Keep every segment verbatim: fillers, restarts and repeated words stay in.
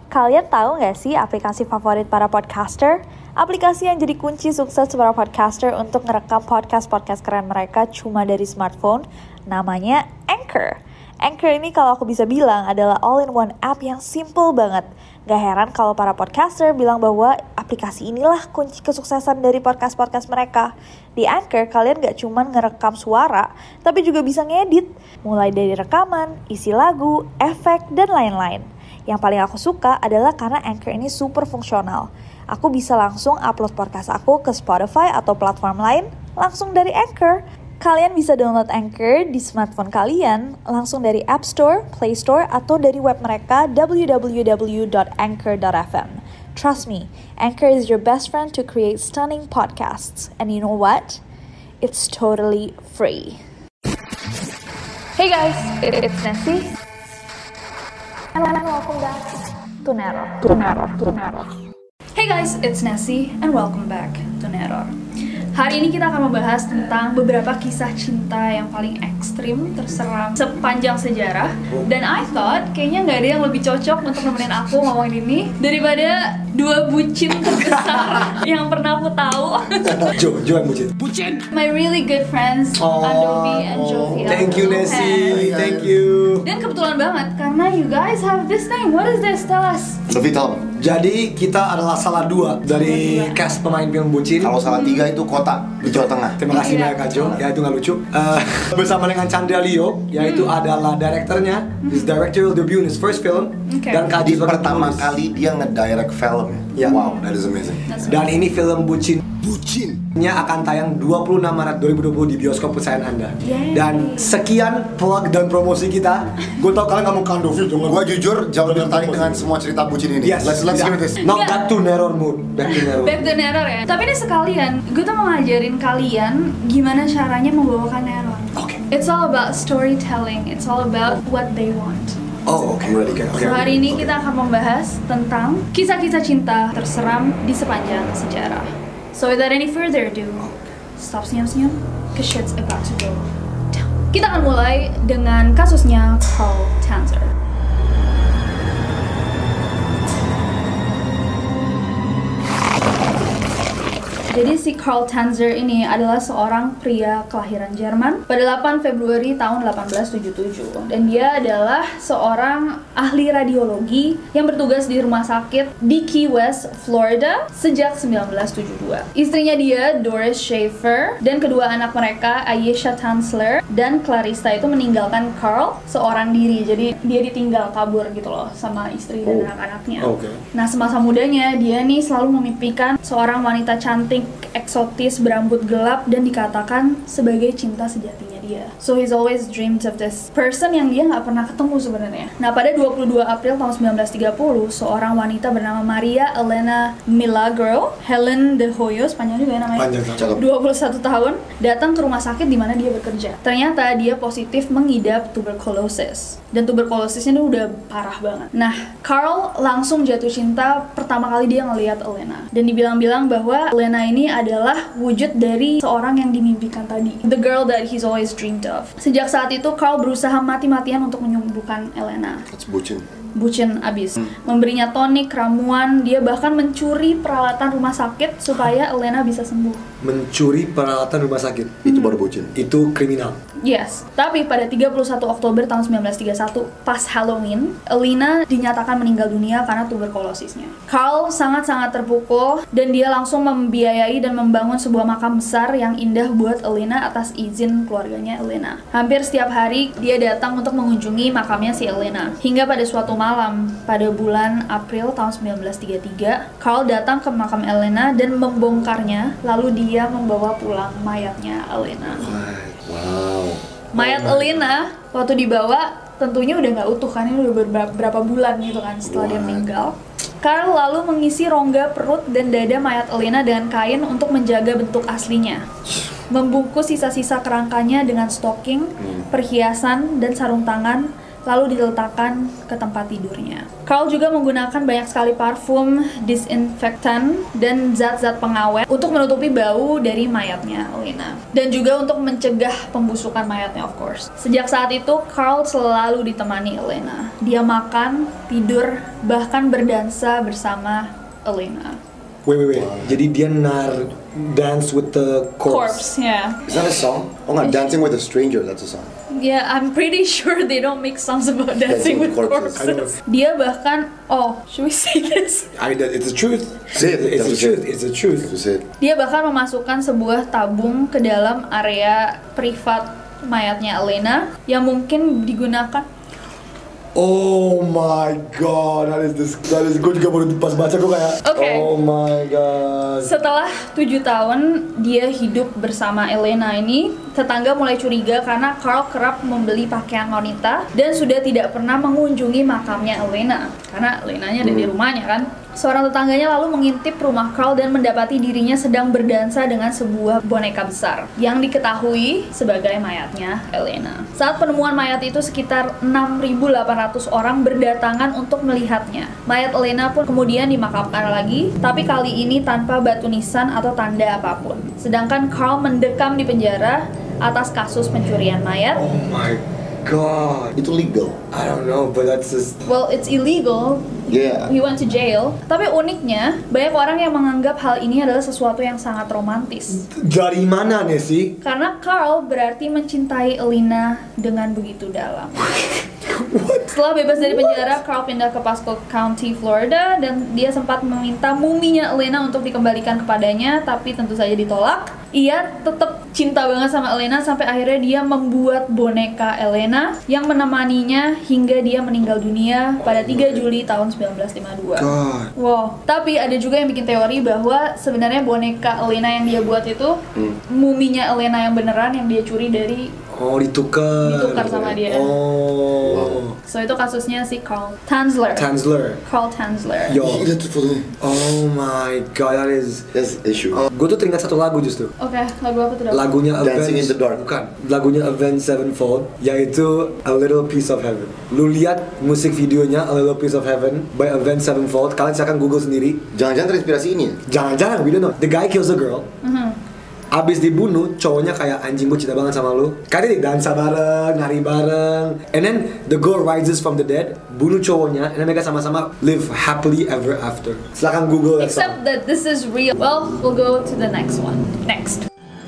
Kalian tahu nggak sih aplikasi favorit para podcaster? Aplikasi yang jadi kunci sukses para podcaster untuk ngerekam podcast-podcast keren mereka cuma dari smartphone, namanya Anchor. Anchor ini kalau aku bisa bilang adalah all-in-one app yang simple banget. Gak heran kalau para podcaster bilang bahwa aplikasi inilah kunci kesuksesan dari podcast-podcast mereka. Di Anchor, kalian gak cuma ngerekam suara, tapi juga bisa ngedit. Mulai dari rekaman, isi lagu, efek, dan lain-lain. Yang paling aku suka adalah karena Anchor ini super fungsional. Aku bisa langsung upload podcast aku ke Spotify atau platform lain langsung dari Anchor. Kalian bisa download Anchor di smartphone kalian langsung dari App Store, Play Store, atau dari web mereka w w w dot anchor dot f m. Trust me, Anchor is your best friend to create stunning podcasts. And you know what? It's totally free. Hey guys, it's Nancy. And welcome back to Neror. To Neror, to Neror. Hey guys, it's Nessie and welcome back to Neror. Hari ini kita akan membahas tentang beberapa kisah cinta yang paling ekstrim, terseram sepanjang sejarah. Dan I thought kayaknya nggak ada yang lebih cocok untuk nemenin aku ngomongin ini daripada dua bucin terbesar yang pernah aku tahu. Jo, Jo yang bucin. Bucin. My really good friends, oh, Andovi and oh. Jovia. Thank you Nessie, thank you. Dan kebetulan banget karena you guys have this thing. What is this? Tell us. Lebih tahu. Jadi kita adalah salah dua dari dua. Cast pemain film bucin. Kalau salah tiga itu kota di Jawa Tengah. Terima kasih banyak Kak Jo. Ya itu nggak lucu. Uh, bersama dengan Chandra Leo, yaitu hmm. adalah direkturnya. Hmm. His directorial debut in his first film. Okay. Dan Kak Di pertama penulis. Kali dia ngedirect film. Ya. Wow, that is amazing. Dan ini film bucin. Bucinnya akan tayang dua puluh enam Maret dua ribu dua puluh di bioskop kesayangan Anda. Yay. Dan sekian plug dan promosi kita. Gue tau kalian nggak mau Kandovi. Gue jujur jauh lebih tertarik dengan semua cerita bucin ini. Yes. Let's let's give it this. Now back to Neror mood. Back to Neror. Back to Neror ya. Tapi ini sekalian, gue tuh mau ngajarin kalian gimana caranya membawakan Neror. Oke. Okay. It's all about storytelling. It's all about what they want. Oh, oke. Okay. Okay. Okay. So hari ini kita akan membahas tentang kisah-kisah cinta terseram di sepanjang sejarah. So without any further ado, stop senyum-senyum, cause shit's about to go down. Kita akan mulai dengan kasusnya Carl Tanzer. Jadi si Carl Tanzer ini adalah seorang pria kelahiran Jerman pada delapan Februari tahun delapan belas tujuh puluh tujuh. Dan dia adalah seorang ahli radiologi yang bertugas di rumah sakit di Key West, Florida sejak sembilan belas tujuh puluh dua. Istrinya dia, Doris Schaefer, dan kedua anak mereka, Ayesha Tanzler dan Clarissa itu meninggalkan Carl seorang diri. Jadi dia ditinggal kabur gitu loh sama istri dan oh. anak-anaknya. Okay. Nah semasa mudanya dia nih selalu memimpikan seorang wanita cantik, eksotis, berambut gelap, dan dikatakan sebagai cinta sejatinya dia. So he's always dreamed of this person yang dia nggak pernah ketemu sebenarnya. Nah pada dua puluh dua April tahun sembilan belas tiga puluh, seorang wanita bernama Maria Elena Milagro Helen de Hoyos, panjang juga ya namanya, panjang, dua puluh satu tahun, datang ke rumah sakit di mana dia bekerja. Ternyata dia positif mengidap tuberkulosis. Dan tuberkulosisnya itu udah parah banget. Nah, Carl langsung jatuh cinta pertama kali dia ngelihat Elena. Dan dibilang-bilang bahwa Elena ini adalah wujud dari seorang yang dimimpikan tadi. The girl that he's always dreamed of. Sejak saat itu, Carl berusaha mati-matian untuk menyembuhkan Elena. That's bucin. Bucin abis. Hmm. Memberinya tonik, ramuan, dia bahkan mencuri peralatan rumah sakit supaya Elena bisa sembuh. Mencuri peralatan rumah sakit? Itu baru bucin. Itu kriminal. Yes, tapi pada tiga puluh satu Oktober tahun sembilan belas tiga puluh satu, pas Halloween, Elena dinyatakan meninggal dunia karena tuberkulosisnya. Carl sangat-sangat terpukul dan dia langsung membiayai dan membangun sebuah makam besar yang indah buat Elena atas izin keluarganya Elena. Hampir setiap hari dia datang untuk mengunjungi makamnya si Elena. Hingga pada suatu malam, pada bulan April tahun sembilan belas tiga puluh tiga, Carl datang ke makam Elena dan membongkarnya, lalu dia membawa pulang mayatnya Elena. Wow. Mayat oh Elena waktu dibawa tentunya udah nggak utuh kan, ini udah berapa bulan gitu kan setelah wow. dia meninggal. Carl lalu mengisi rongga perut dan dada mayat Elena dengan kain untuk menjaga bentuk aslinya. Membungkus sisa-sisa kerangkanya dengan stocking, hmm. perhiasan, dan sarung tangan lalu diletakkan ke tempat tidurnya. Carl juga menggunakan banyak sekali parfum, disinfektan, dan zat-zat pengawet untuk menutupi bau dari mayatnya Elena. Dan juga untuk mencegah pembusukan mayatnya, of course. Sejak saat itu, Carl selalu ditemani Elena. Dia makan, tidur, bahkan berdansa bersama Elena. Wait, wait, wait. Jadi dia nar dance with the corpse. Corpse, yeah. Is that a song? Oh nggak, Dancing with a Stranger, that's a song. Yeah, I'm pretty sure they don't make songs about dancing with corpses. corpses. Dia bahkan, oh, should we say this? I, it's the truth. Say it. It's the That's truth. it. It's the truth. That's it. Dia bahkan memasukkan sebuah tabung ke dalam area privat mayatnya Elena yang mungkin digunakan. Oh my god, that is this, that is gue juga baru pas baca gue kayak Okay. oh my god. Setelah tujuh tahun dia hidup bersama Elena ini, tetangga mulai curiga karena Carl kerap membeli pakaian wanita dan sudah tidak pernah mengunjungi makamnya Elena karena Elenanya ada di rumahnya kan. Seorang tetangganya lalu mengintip rumah Carl dan mendapati dirinya sedang berdansa dengan sebuah boneka besar yang diketahui sebagai mayatnya Elena. Saat penemuan mayat itu, sekitar enam ribu delapan ratus orang berdatangan untuk melihatnya. Mayat Elena pun kemudian dimakamkan lagi, tapi kali ini tanpa batu nisan atau tanda apapun. Sedangkan Carl mendekam di penjara atas kasus pencurian mayat. Oh my god. Itu legal. I don't know, but that's just Well, it's illegal. Yeah. He went to jail. Tapi uniknya, banyak orang yang menganggap hal ini adalah sesuatu yang sangat romantis. dari mana nih sih? Karena Carl berarti mencintai Elena dengan begitu dalam. Setelah bebas dari penjara, Carl pindah ke Pasco County, Florida, dan dia sempat meminta muminya Elena untuk dikembalikan kepadanya, tapi tentu saja ditolak. Ia tetap cinta banget sama Elena sampai akhirnya dia membuat boneka Elena yang menemaninya hingga dia meninggal dunia pada tiga Juli tahun sembilan belas lima puluh dua. God. Wow, tapi ada juga yang bikin teori bahwa sebenarnya boneka Elena yang dia buat itu hmm. muminya Elena yang beneran yang dia curi dari Oh, ditukar. ditukar sama dia. Oh. Wow. So itu kasusnya si Carl Tanzler. Tanzler. Carl Tanzler. Yo. Gila tuh fotonya. Oh my god, that is. That's issue. Oh, gue tuh teringat satu lagu justru. Oke, lagu apa tuh? Dok? Lagunya Dancing in Avenged, the Dark. bukan, lagunya Avenged Sevenfold, yaitu A Little Piece of Heaven. Lu lihat musik videonya A Little Piece of Heaven by Avenged Sevenfold, kalian silakan google sendiri. Jangan-jangan terinspirasi ini ya? Jangan-jangan, we don't know. The guy kills a girl. Mhm. Abis dibunuh, cowoknya kayak anjing gue cinta banget sama lu. Karena dia dansa bareng, nari bareng. And then the girl rises from the dead, bunuh cowoknya, and then mereka sama-sama live happily ever after. Silakan google that song. Except that this is real. Well, we'll go to the next one. Next.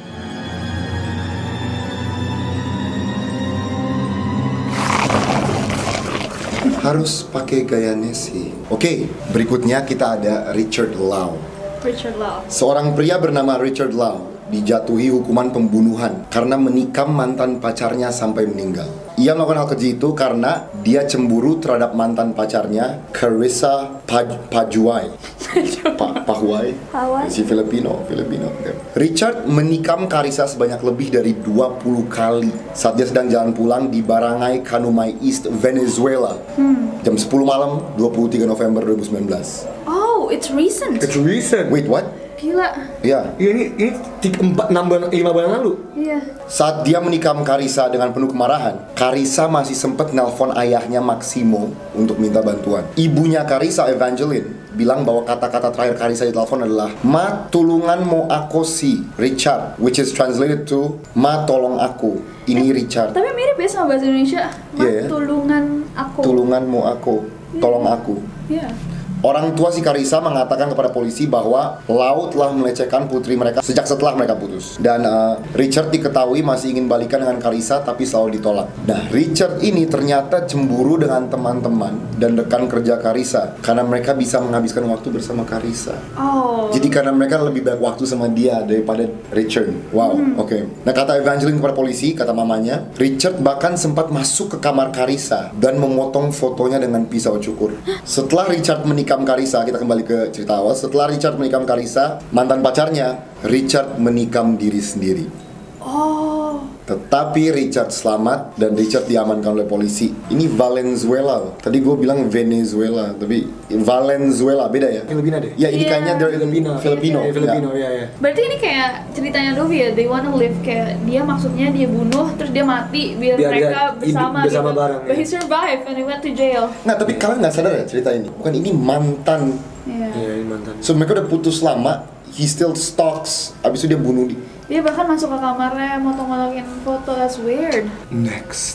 Harus pakai gaya Nessie. Oke, berikutnya kita ada Richard Lau. Richard Lau. Seorang pria bernama Richard Lau dijatuhi hukuman pembunuhan karena menikam mantan pacarnya sampai meninggal. Ia melakukan hal keji itu karena dia cemburu terhadap mantan pacarnya, Carissa Paj- Pajuay. Pa- Pajuay? Pajuay? Si Filipino, Filipino. Okay. Richard menikam Carissa sebanyak lebih dari dua puluh kali saat dia sedang jalan pulang di Barangay Canumay East, Venezuela. Hmm. Jam sepuluh malam, dua puluh tiga November dua ribu sembilan belas. Oh, it's recent. It's recent. Wait, what? Gila. Ya. Iya, ini ini tiga, empat, enam bulan, lima bulan lalu. Iya. Saat dia menikam Carissa dengan penuh kemarahan, Carissa masih sempat nelpon ayahnya Maximo untuk minta bantuan. Ibunya Carissa, Evangeline, bilang bahwa kata-kata terakhir Carissa di telepon adalah "Ma tulungan mo ako si Richard," which is translated to "Ma tolong aku, ini Richard." Tapi mirip ya sama bahasa Indonesia. Ma, Iya ya. tulungan aku. Tulungan mo ako, tolong aku. Iya. Orang tua si Carissa mengatakan kepada polisi bahwa Lau telah melecehkan putri mereka sejak setelah mereka putus. Dan uh, Richard diketahui masih ingin balikan dengan Carissa tapi selalu ditolak. Nah, Richard ini ternyata cemburu dengan teman-teman dan rekan kerja Carissa karena mereka bisa menghabiskan waktu bersama Carissa. Oh. Jadi karena mereka lebih banyak waktu sama dia daripada Richard. Wow, oke. Okay. Nah, kata Evangeline kepada polisi, kata mamanya, Richard bahkan sempat masuk ke kamar Carissa dan memotong fotonya dengan pisau cukur. Setelah Richard menikah menikam Carissa, kita kembali ke cerita awal. Setelah Richard menikam Carissa, mantan pacarnya, Richard menikam diri sendiri. Oh. Tetapi Richard selamat dan Richard diamankan oleh polisi. Ini Valenzuela loh. Tadi gue bilang Venezuela, tapi Valenzuela beda ya? Filipina deh. Ya ini Iya. kayaknya dari Filipino. Filipino. Iya, Filipino, Ya. ya ya. Berarti ini kayak ceritanya Dovi ya, they wanna live kayak dia maksudnya dia bunuh terus dia mati biar, Biar dia mereka bersama hidup bersama gitu. bareng, But ya. he survived and he went to jail. Nah tapi kalian nggak sadar ya cerita ini? Bukan ini mantan. Iya. Iya, ini mantan. So mereka udah putus lama. He still stalks. Abis itu dia bunuh di. Dia bahkan masuk ke kamarnya motong-motongin foto, that's weird. Next.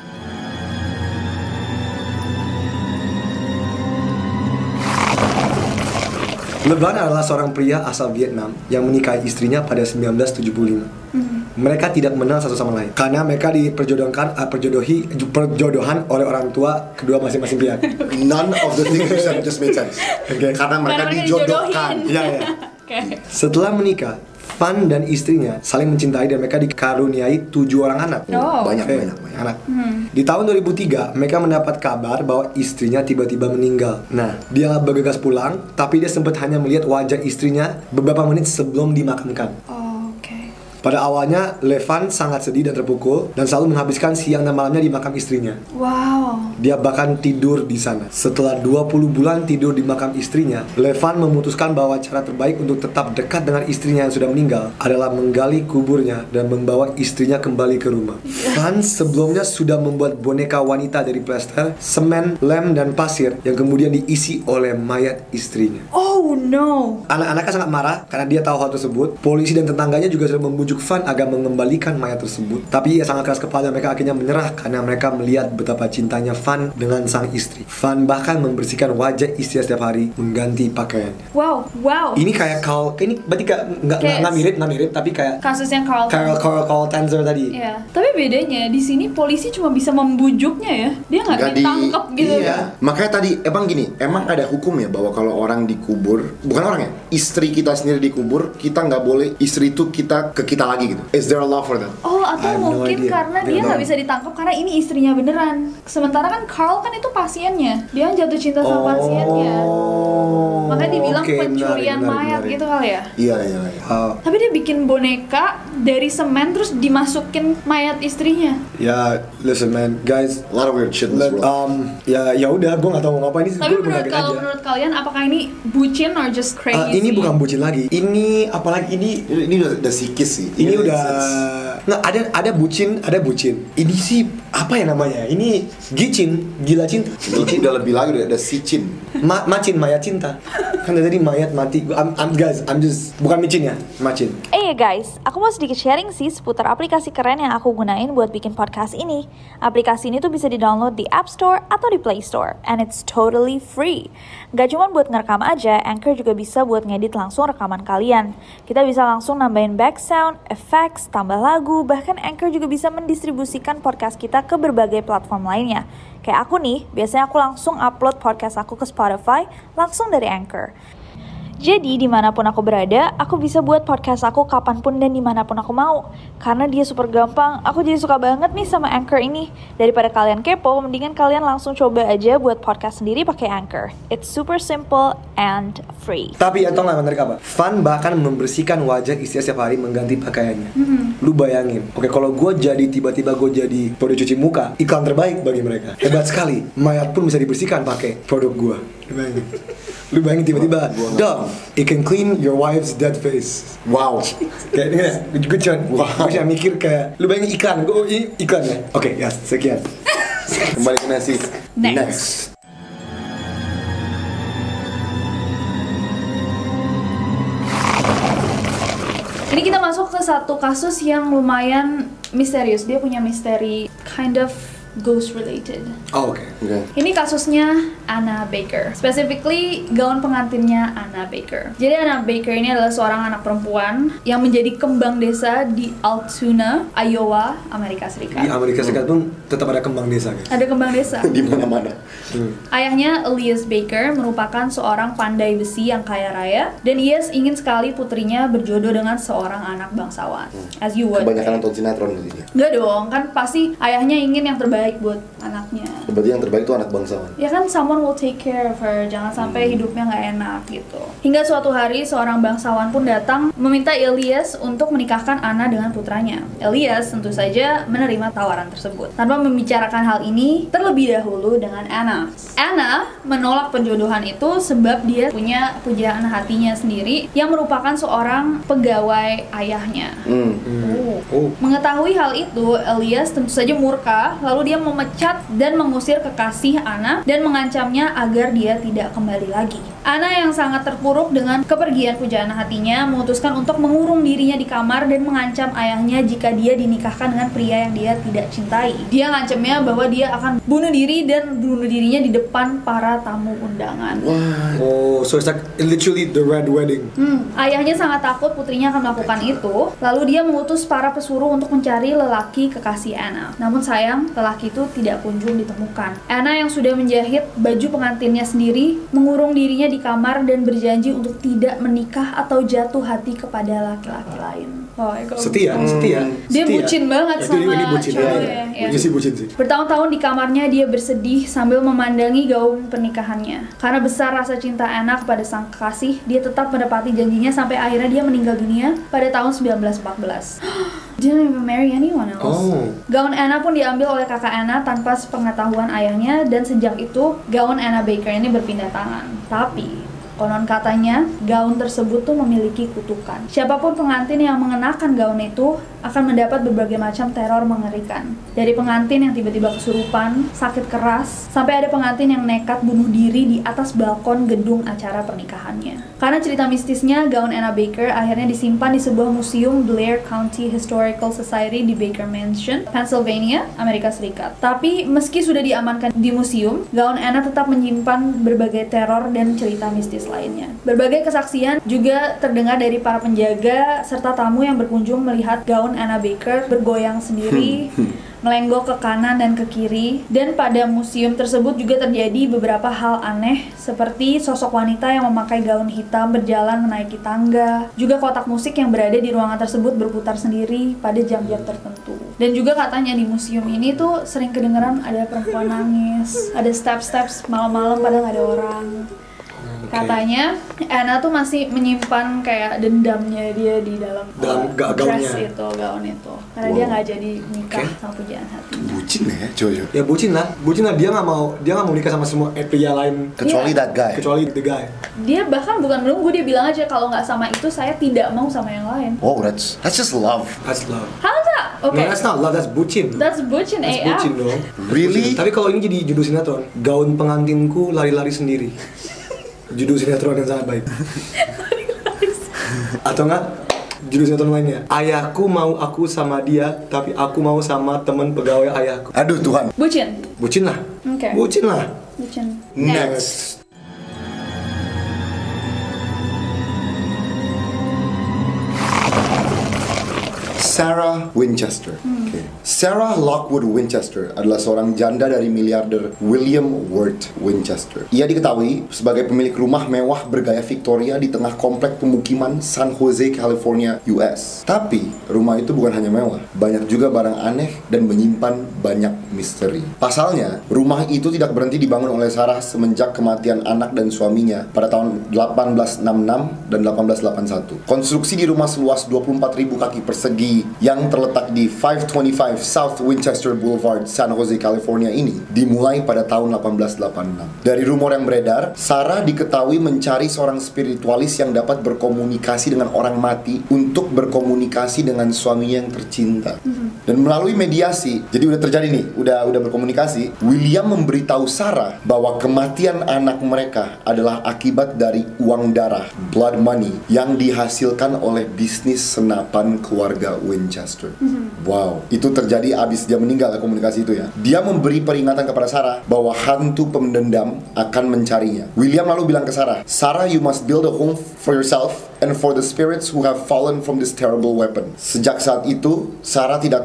LeVan adalah seorang pria asal Vietnam yang menikahi istrinya pada sembilan belas tujuh puluh lima. Mereka tidak mengenal satu sama lain karena mereka diperjodohkan uh, perjodohi perjodohan oleh orang tua kedua masing-masing pihak. None of the things you said just made sense. Oke. Karena mereka Karena mereka dijodohkan. dijodohin. Iya, iya. Oke. Setelah menikah, Van dan istrinya saling mencintai dan mereka dikaruniai tujuh orang anak. Oh. Banyak, Oke, banyak, banyak. anak. Di tahun dua ribu tiga, mereka mendapat kabar bahwa istrinya tiba-tiba meninggal. Nah, dia bergegas pulang, tapi dia sempat hanya melihat wajah istrinya beberapa menit sebelum dimakamkan. Oh, oke. Pada awalnya, Levan sangat sedih dan terpukul dan selalu menghabiskan siang dan malamnya di makam istrinya. Wow. Dia bahkan tidur di sana. Setelah dua puluh bulan tidur di makam istrinya, Levan memutuskan bahwa cara terbaik untuk tetap dekat dengan istrinya yang sudah meninggal adalah menggali kuburnya dan membawa istrinya kembali ke rumah. Van sebelumnya sudah membuat boneka wanita dari plester, semen, lem, dan pasir yang kemudian diisi oleh mayat istrinya. Oh no. Anak-anaknya sangat marah karena dia tahu hal tersebut. Polisi dan tetangganya juga sudah membujuk Van agar mengembalikan mayat tersebut. Tapi ia sangat keras kepala, mereka akhirnya menyerah karena mereka melihat betapa cintanya Van dengan sang istri. Van bahkan membersihkan wajah istrinya setiap hari, mengganti pakaiannya. Wow, wow. Ini kayak Carl, ini berarti gak, nggak Kayak- nggak mirip, nggak mirip, tapi kayak Kasusnya Carl. Carl Carl Carl Tanzer tadi. Iya. Tapi bedanya di sini polisi cuma bisa membujuknya ya. Dia nggak Nggak di- ditangkap gitu. Iya. Makanya tadi emang gini, emang ada hukum ya bahwa kalau orang dikubur, bukan orang ya, istri kita sendiri dikubur, kita nggak boleh istri itu kita ke kita lagi gitu. Is there a law for that? Oh, I atau have no mungkin idea. karena Dia dia nggak tahu. bisa ditangkap karena ini istrinya beneran. Sementara kan Carl kan itu pasiennya. Dia yang jatuh cinta sama pasiennya. Oh. Makanya dibilang Oke, pencurian menarik, menarik, mayat menarik. gitu kali ya. Iya, iya, iya. Uh, Tapi dia bikin boneka dari semen terus dimasukin mayat istrinya. ya, listen man, guys. A lot of weird shit in this Let, world. um, ya ya udah, gue nggak tahu mau ngapain ini. Tapi Gue menurut kaget kalau aja. menurut kalian apakah ini bucin or just crazy? Ah, ini bukan bucin lagi. Ini apalagi ini Ini, ini udah, udah sikis sih. ini It's- udah it's- nggak ada ada bucin, ada bucin. Ini sih apa ya namanya? Ini gicin, gila cinta. Gicin udah lebih lagi, udah ada sicin. Ma macin, mayat cinta. Kan dari tadi mayat mati. I'm, I'm guys, I'm just bukan micin ya, macin. Eh guys, aku mau sedikit sharing sih seputar aplikasi keren yang aku gunain buat bikin podcast ini. Aplikasi ini tuh bisa di-download di App Store atau di Play Store, and it's totally free. Gak cuma buat ngerekam aja, Anchor juga bisa buat ngedit langsung rekaman kalian. Kita bisa langsung nambahin back sound, effects, tambah lagu, bahkan Anchor juga bisa mendistribusikan podcast kita ke berbagai platform lainnya. Kayak aku nih, biasanya aku langsung upload podcast aku ke Spotify langsung dari Anchor. Jadi dimanapun aku berada, aku bisa buat podcast aku kapanpun dan dimanapun aku mau. Karena dia super gampang, aku jadi suka banget nih sama Anchor ini. Daripada kalian kepo, mendingan kalian langsung coba aja buat podcast sendiri pakai Anchor. It's super simple and free. Tapi ya tau gak menarik apa? Van bahkan membersihkan wajah istrinya setiap hari mengganti pakaiannya. Lu bayangin, oke kalau gue jadi tiba-tiba gue jadi produk cuci muka, iklan terbaik bagi mereka. Hebat sekali. Mayat pun bisa dibersihkan pakai produk gue. Lu bayangin. Lu bayangin tiba-tiba, Dove, it can clean your wife's dead face. Wow. Kayak denger ya, gue cuman, Wow. gue cuma mikir kayak, lu bayangin iklan, gue oh, ini iklan ya. Oke, ya sekian. Kembali ke nasi. Next. Ini kita masuk ke satu kasus yang lumayan misterius. Dia punya misteri kind of ghost related. Oh, oke. Oke. Ini kasusnya Anna Baker. Specifically gaun pengantinnya Anna Baker. Jadi Anna Baker ini adalah seorang anak perempuan yang menjadi kembang desa di Altoona, Iowa, Amerika Serikat. Di Amerika Serikat pun tetap ada kembang desa guys. Ada kembang desa. Di mana-mana. Hmm. Ayahnya Elias Baker merupakan seorang pandai besi yang kaya raya dan Elias ingin sekali putrinya berjodoh dengan seorang anak bangsawan. As you would. Kebanyakan nonton sinetron di sini. Enggak dong, kan pasti ayahnya ingin yang terbaik buat anaknya. Berarti yang terbaik itu anak bangsawan. Ya kan, someone will take care of her, jangan sampai hmm. hidupnya nggak enak gitu. Hingga suatu hari seorang bangsawan pun datang meminta Elias untuk menikahkan Anna dengan putranya. Elias tentu saja menerima tawaran tersebut tanpa membicarakan hal ini terlebih dahulu dengan Anna. Anna menolak penjodohan itu sebab dia punya pujaan hatinya sendiri yang merupakan seorang pegawai ayahnya. Hmm. Oh. Oh. Mengetahui hal itu, Elias tentu saja murka, lalu dia memecat dan mengusir kekasih Anna dan mengancamnya agar dia tidak kembali lagi. Anna yang sangat terpuruk dengan kepergian pujaan hatinya memutuskan untuk mengurung dirinya di kamar dan mengancam ayahnya jika dia dinikahkan dengan pria yang dia tidak cintai. Dia ngancamnya bahwa dia akan bunuh diri dan bunuh dirinya di depan para tamu undangan. Oh, so it's like literally the red wedding. Hmm, ayahnya sangat takut putrinya akan melakukan itu, lalu dia mengutus para pesuruh untuk mencari lelaki kekasih Anna. Namun sayang, lelaki itu tidak kunjung ditemukan. Anna yang sudah menjahit baju pengantinnya sendiri, mengurung dirinya di kamar dan berjanji untuk tidak menikah atau jatuh hati kepada laki-laki lain. Oh, setia, hmm. setia. Dia setia. bucin banget ya, sama ini bucin, cowok ya. ya. Ya. Sih bucin sih. Bertahun-tahun di kamarnya dia bersedih sambil memandangi gaun pernikahannya. Karena besar rasa cinta Anna kepada sang kekasih, dia tetap menepati janjinya sampai akhirnya dia meninggal dunia pada tahun sembilan belas empat belas. Didn't even marry anyone else. Oh. Gaun Anna pun diambil oleh kakak Anna tanpa sepengetahuan ayahnya, dan sejak itu gaun Anna Baker ini berpindah tangan. Tapi konon katanya, gaun tersebut tuh memiliki kutukan. Siapapun pengantin yang mengenakan gaun itu akan mendapat berbagai macam teror mengerikan. Dari pengantin yang tiba-tiba kesurupan, sakit keras, sampai ada pengantin yang nekat bunuh diri di atas balkon gedung acara pernikahannya. Karena cerita mistisnya, gaun Anna Baker akhirnya disimpan di sebuah museum Blair County Historical Society di Baker Mansion, Pennsylvania, Amerika Serikat. Tapi meski sudah diamankan di museum, gaun Anna tetap menyimpan berbagai teror dan cerita mistis lainnya. Berbagai kesaksian juga terdengar dari para penjaga serta tamu yang berkunjung melihat gaun Anna Baker bergoyang sendiri, melenggok ke kanan dan ke kiri. Dan pada museum tersebut juga terjadi beberapa hal aneh, seperti sosok wanita yang memakai gaun hitam berjalan menaiki tangga. Juga kotak musik yang berada di ruangan tersebut berputar sendiri pada jam-jam tertentu. Dan juga katanya di museum ini tuh sering kedengeran ada perempuan nangis, ada step-steps malam-malam padahal nggak ada orang. Okay. Katanya Anna tuh masih menyimpan kayak dendamnya dia di dalam, dalam uh, gaunnya dress itu, gaun itu. Karena wow. dia nggak jadi nikah okay. sama pujaan hatinya. Bucin ya, coy. Ya bucin lah, bucin lah. Dia nggak mau, dia nggak mau nikah sama semua pria lain. Kecuali yeah. that guy. Kecuali the guy. Dia bahkan bukan menunggu, dia bilang aja kalau nggak sama itu saya tidak mau sama yang lain. Oh, that's that's just love. That's love. How's that? Okay. No, that's not love, that's bucin. That's bucin, that's A F. bucin dong. Really? Tapi kalau ini jadi judul sinetron, gaun pengantinku lari-lari sendiri. Judul sinetron yang sangat baik. Atau enggak judul sinetron lainnya, ayahku mau aku sama dia tapi aku mau sama teman pegawai ayahku. Aduh Tuhan. Bucin. Bucin lah. Oke. Okay. Bucin lah. Bucin. Next, Next. Sarah Winchester. Hmm. Okay. Sarah Lockwood Winchester adalah seorang janda dari miliarder William Worth Winchester. Ia diketahui sebagai pemilik rumah mewah bergaya Victoria di tengah komplek pemukiman San Jose, California, U S. Tapi, rumah itu bukan hanya mewah, banyak juga barang aneh dan menyimpan banyak misteri. Pasalnya, rumah itu tidak berhenti dibangun oleh Sarah semenjak kematian anak dan suaminya pada tahun delapan belas enam puluh enam dan delapan belas delapan puluh satu. Konstruksi di rumah seluas dua puluh empat ribu kaki persegi yang terletak di lima dua lima South Winchester Boulevard, San Jose, California ini dimulai pada tahun delapan belas delapan puluh enam. Dari rumor yang beredar, Sarah diketahui mencari seorang spiritualis yang dapat berkomunikasi dengan orang mati untuk berkomunikasi dengan suaminya yang tercinta. Mm-hmm. Dan melalui mediasi, jadi udah terjadi nih, udah udah berkomunikasi, William memberitahu Sarah bahwa kematian anak mereka adalah akibat dari uang darah, blood money, yang dihasilkan oleh bisnis senapan keluarga Winchester. Mm-hmm. Wow, itu terjadi abis dia meninggal ya, komunikasi itu ya. Dia memberi peringatan kepada Sarah bahwa hantu pendendam akan mencarinya. William lalu bilang ke Sarah, Sarah, you must build a home for yourself and for the spirits who have fallen from this terrible weapon. Sejak saat itu, Sarah tidak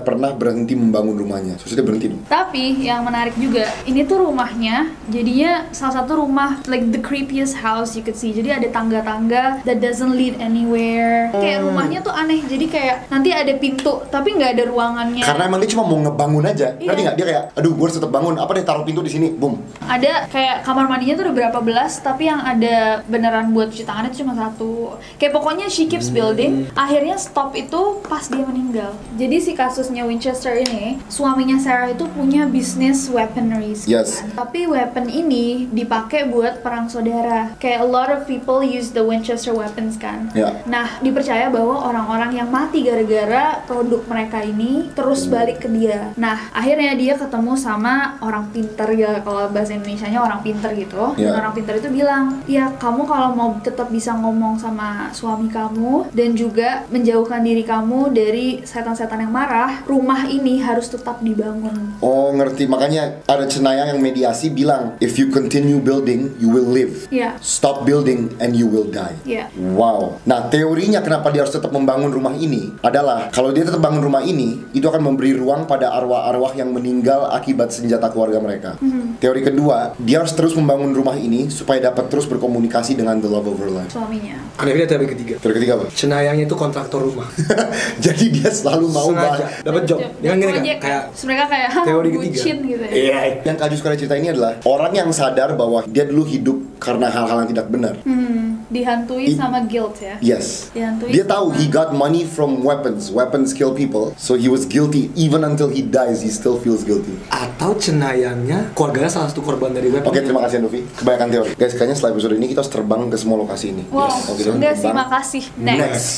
pernah berhenti membangun rumahnya. Terus dia berhenti dong. Tapi yang menarik juga, ini tuh rumahnya jadinya salah satu rumah like the creepiest house you could see. Jadi ada tangga-tangga that doesn't lead anywhere. Kayak rumahnya tuh aneh. Jadi kayak nanti ada pintu tapi nggak ada ruangannya. Karena emang dia cuma mau ngebangun aja. Iya. Ngerti nggak? Dia kayak, aduh gue harus tetap bangun. Apa deh taruh pintu di sini, boom. Ada kayak kamar mandinya tuh ada berapa belas, tapi yang ada beneran buat cuci tangan itu cuma satu. Kayak pokoknya she keeps building. Akhirnya stop itu pas dia meninggal. Jadi si kasusnya Winchester ini, suaminya Sarah itu punya bisnis weaponries. Yes. Tapi weapon ini dipakai buat perang saudara. Kayak a lot of people use the Winchester weapons kan. Ya. Nah, dipercaya bahwa orang-orang yang mati gara-gara produk mereka ini terus balik ke dia. Nah, akhirnya dia ketemu sama orang pintar ya, kalau bahasa Indonesianya orang pintar gitu. Ya. Dan orang pintar itu bilang, ya kamu kalau mau tetap bisa ngomong sama suami kamu dan juga menjauhkan diri kamu dari setan-setan yang marah, rumah ini harus tetap dibangun. Oh ngerti, makanya ada cenayang yang mediasi bilang, if you continue building, you will live. Iya. Stop building and you will die. Iya. Wow. Nah teorinya kenapa dia harus tetap membangun rumah ini adalah kalau dia tetap bangun rumah ini, itu akan memberi ruang pada arwah-arwah yang meninggal akibat senjata keluarga mereka. Mm-hmm. Teori kedua, dia harus terus membangun rumah ini supaya dapat terus berkomunikasi dengan the love of her life. Suaminya. Akhirnya teori ketiga. Teori ketiga apa? Cenayangnya itu kontraktor rumah. Jadi dia selalu mau Sengaja bah- dapat job. Dia kan gini kan, Project. kayak Terus mereka kayak teori ketiga. bucin gitu ya. Iya. Yang Kak Jus cerita ini adalah orang yang sadar bahwa dia dulu hidup karena hal-hal yang tidak benar. Hmm, dihantui I- sama guilt ya. Yes. Dihantui Dia tahu sama- he got money from weapons. Weapons kill people. So he was guilty even until he dies. He still feels guilty. Atau cenayangnya keluarganya salah satu korban dari web. Oke, terima kasih Novi. Kebanyakan teori. Guys, kayaknya setelah episode ini kita harus terbang ke semua lokasi ini. Wow, Oke, kita enggak sih, terbang. makasih. Next. Next.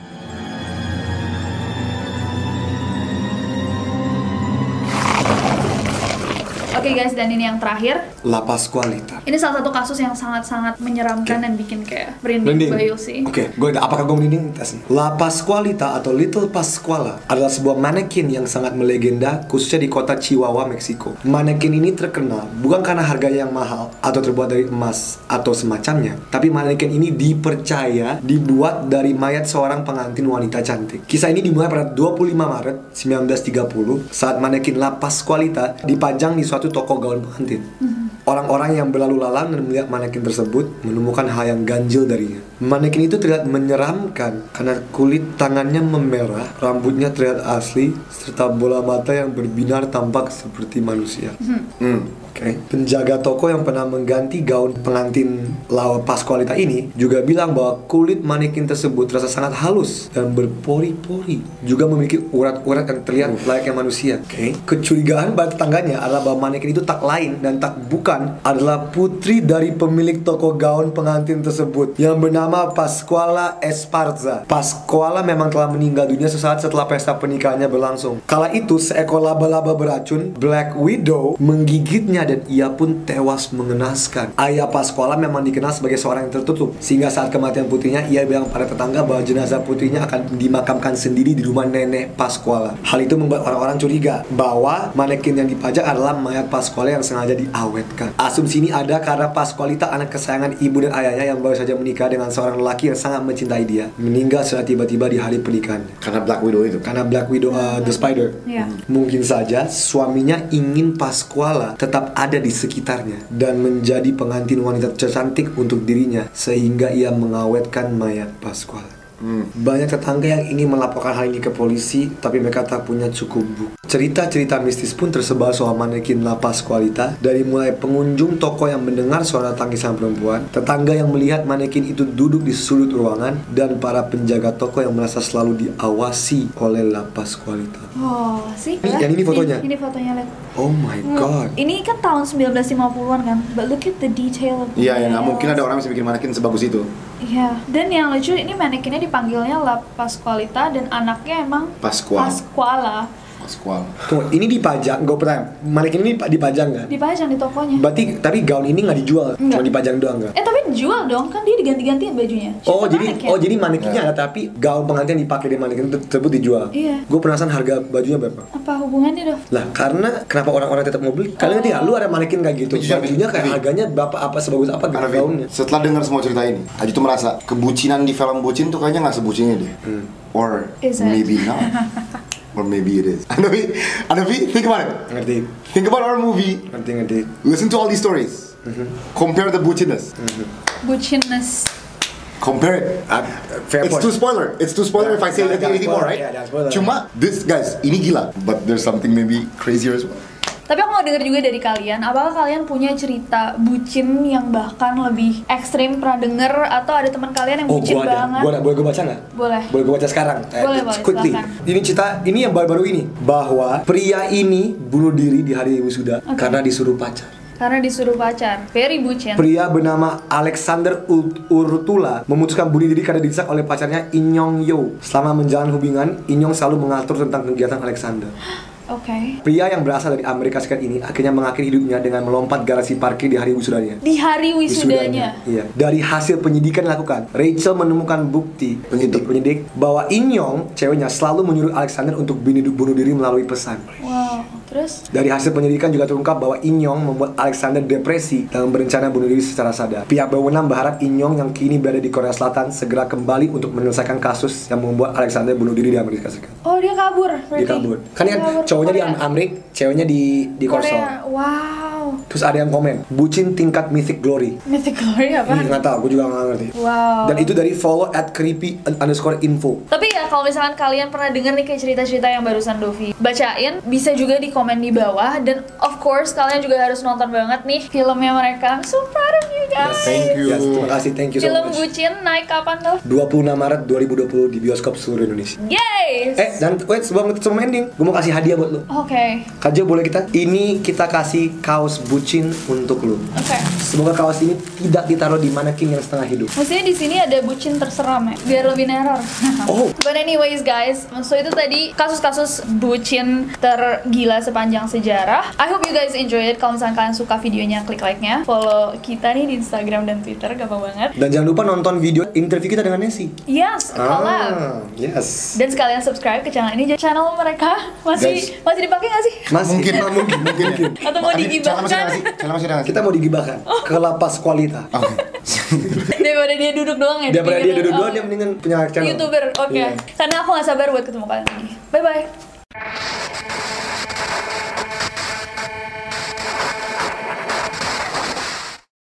Oke guys, dan ini yang terakhir. La Pascualita. Ini salah satu kasus yang sangat-sangat menyeramkan dan bikin kayak merinding bayu sih. Oke, gue apakah gue merinding? Tes nih. La Pascualita atau Little Pascuala adalah sebuah manekin yang sangat melegenda khususnya di kota Chihuahua, Meksiko. Manekin ini terkenal bukan karena harganya yang mahal atau terbuat dari emas atau semacamnya, tapi manekin ini dipercaya dibuat dari mayat seorang pengantin wanita cantik. Kisah ini dimulai pada dua puluh lima Maret seribu sembilan ratus tiga puluh saat manekin La Pascualita dipajang di suatu toko gaun pengantin. Mm-hmm. Orang-orang yang berlalu lalang dan melihat manekin tersebut menemukan hal yang ganjil darinya. Manekin itu terlihat menyeramkan karena kulit tangannya memerah, rambutnya terlihat asli, serta bola mata yang berbinar tampak seperti manusia. Hmm. Oke. Okay. Penjaga toko yang pernah mengganti gaun pengantin La Pascualita ini juga bilang bahwa kulit manekin tersebut terasa sangat halus dan berpori-pori, juga memiliki urat-urat yang terlihat layaknya manusia. Oke. Okay. Kecurigaan pada tetangganya adalah bahwa manekin itu tak lain dan tak bukan adalah putri dari pemilik toko gaun pengantin tersebut yang bernama Pascuala Esparza. Pascuala memang telah meninggal dunia sesaat setelah pesta pernikahannya berlangsung. Kala itu seekor laba-laba beracun, Black Widow, menggigitnya dan ia pun tewas mengenaskan. Ayah Pascuala memang dikenal sebagai seorang yang tertutup, sehingga saat kematian putrinya ia bilang pada tetangga bahwa jenazah putrinya akan dimakamkan sendiri di rumah nenek Pascuala. Hal itu membuat orang-orang curiga bahwa manekin yang dipajang adalah mayat Pascuala yang sengaja diawetkan. Asumsi ini ada karena Pascualita, anak kesayangan ibu dan ayahnya yang baru saja menikah dengan seorang lelaki yang sangat mencintai dia, meninggal secara tiba-tiba di hari pernikahan. Karena Black Widow itu. Karena Black Widow, uh, the Spider. Yeah. Mungkin saja suaminya ingin Pascuala tetap ada di sekitarnya dan menjadi pengantin wanita tercantik untuk dirinya, sehingga ia mengawetkan mayat Pascuala. Hmm. Banyak tetangga yang ingin melaporkan hal ini ke polisi, tapi mereka tak punya cukup bukti. Cerita-cerita mistis pun tersebar soal manekin La Pascualita, dari mulai pengunjung toko yang mendengar suara tangisan perempuan, tetangga yang melihat manekin itu duduk di sudut ruangan, dan para penjaga toko yang merasa selalu diawasi oleh La Pascualita. Oh, sih. Ini- yang ini fotonya? Ini, ini fotonya, lihat. Oh my god. Ini kan tahun sembilan belas lima puluhan kan, but look at the detail of the Iya, ya nggak nails. mungkin ada orang yang bisa bikin manekin sebagus itu. Iya, dan yang lucu ini manekinnya dipanggilnya La Pascualita dan anaknya emang Pascual. Pascuala. Pascual. Tunggu, ini dipajang, gue pernah manekin ini dipajang kan? Dipajang di tokonya. Berarti tapi gaun ini nggak dijual, Nggak. cuma dipajang doang kan? Eh tapi dijual dong, kan dia diganti-gantiin bajunya. Oh Siapa jadi maneken? oh jadi manekinnya ada tapi gaun pengantin yang dipakai di manekin tersebut dijual. Iya. Gue penasaran harga bajunya berapa? Apa hubungannya dong? Lah karena kenapa orang-orang tetap mau beli? Kalian ngerti nggak? Lu ada manekin kayak gitu, Tapi jujur, bajunya kayak tapi- harganya berapa apa sebagus apa gitu Karena Vin, gaunnya? setelah dengar semua cerita ini, Aji tuh merasa kebucinan di film bucin tuh kayaknya nggak sebucinnya deh. Hmm. Or Is it? maybe not. Or maybe it is. Anavi, Anavi, think about it. Ngerti. Think about our movie. Ngerti ngerti. Listen to all these stories. Mhm. Compare the bucinness. Bucinness. Compare it. Uh, fair It's point. too spoiler. It's too spoiler Yeah, if I say yeah, anything, anything more, spoiler. right? Yeah, yeah, spoiler. Cuma this guys, ini gila. But there's something maybe crazier as well. Tapi aku mau denger juga dari kalian, apakah kalian punya cerita bucin yang bahkan lebih ekstrim pernah denger atau ada teman kalian yang Oh, bucin gua ada. banget? Gua ada. Boleh gue baca nggak? Boleh. Boleh gue baca sekarang? Boleh, Eh, boleh, quickly. silakan. Ini cerita, ini yang baru-baru ini. Bahwa pria ini bunuh diri di hari wisuda Oke. karena disuruh pacar. Karena disuruh pacar. Very bucin. Pria bernama Alexander Ur- Urtula memutuskan bunuh diri karena didesak oleh pacarnya Inyong Yo. Selama menjalin hubungan, Inyong selalu mengatur tentang kegiatan Alexander. Oke. Pria yang berasal dari Amerika Serikat ini akhirnya mengakhiri hidupnya dengan melompat garasi parkir di hari wisudanya. Di hari wisudanya. Iya. Dari hasil penyidikan yang dilakukan, Rachel menemukan bukti penyidik penyidik bahwa Inyong, ceweknya, selalu menyuruh Alexander untuk bunuh bunuh diri melalui pesan. Wow. Terus? Dari hasil penyidikan juga terungkap bahwa Inyong membuat Alexander depresi dan berencana bunuh diri secara sadar. Pihak berwenang berharap Inyong yang kini berada di Korea Selatan segera kembali untuk menyelesaikan kasus yang membuat Alexander bunuh diri di Amerika Serikat. Oh, dia kabur. Berarti. Dia kabur. Kan Dia kan kabur ke cowoknya di Korea. Amerika, ceweknya di di Korsel. Korea. Wow. Terus ada yang komen, bucin tingkat mythic glory. Mythic Glory apa? Ini nggak tahu, gue juga nggak ngerti. Wow. Dan itu dari follow at creepy underscore info. Tapi ya kalau misalkan kalian pernah denger nih kayak cerita-cerita yang barusan Dovi bacain, bisa juga di komen di bawah. Dan of course kalian juga harus nonton banget nih filmnya mereka. I'm so proud of you guys. Thank you. Yes, terima kasih, thank you so Film much. bucin naik kapan Dov? dua puluh enam Maret dua ribu dua puluh di bioskop seluruh Indonesia. Yes. Eh, dan wait, sebelum sebelum ending, gue mau kasih hadiah buat lu. Oke. Kak Jo, boleh kita? Ini kita kasih kaos bucin untuk lu. Oke. Semoga kaos ini tidak ditaruh di manekin yang setengah hidup. Maksudnya di sini ada bucin terseram ya, biar lebih neror. Oh. But anyways guys, so itu tadi kasus-kasus bucin tergila sepanjang sejarah. I hope you guys enjoy it. Kalau misalnya kalian suka videonya, klik like-nya. Follow kita nih di Instagram dan Twitter, gampang banget. Dan jangan lupa nonton video interview kita dengan Nessie. Yes, collab. Ah, yes. Dan sekalian subscribe ke channel ini. Channel mereka masih Guys. masih dipakai nggak sih? Masih. Mungkin, mungkin, mungkin. Atau mau Channel digibahkan? masih ada nggak sih? Channel masih ada nggak sih? Kita mau digibahkan ke lapas kualita. Oke. Daripada dia duduk doang ya. Daripada dia dipinggir. duduk Oh, doang, dia mendingan punya channel. YouTuber, oke. Iya. Karena aku nggak sabar buat ketemu kalian lagi. Bye bye.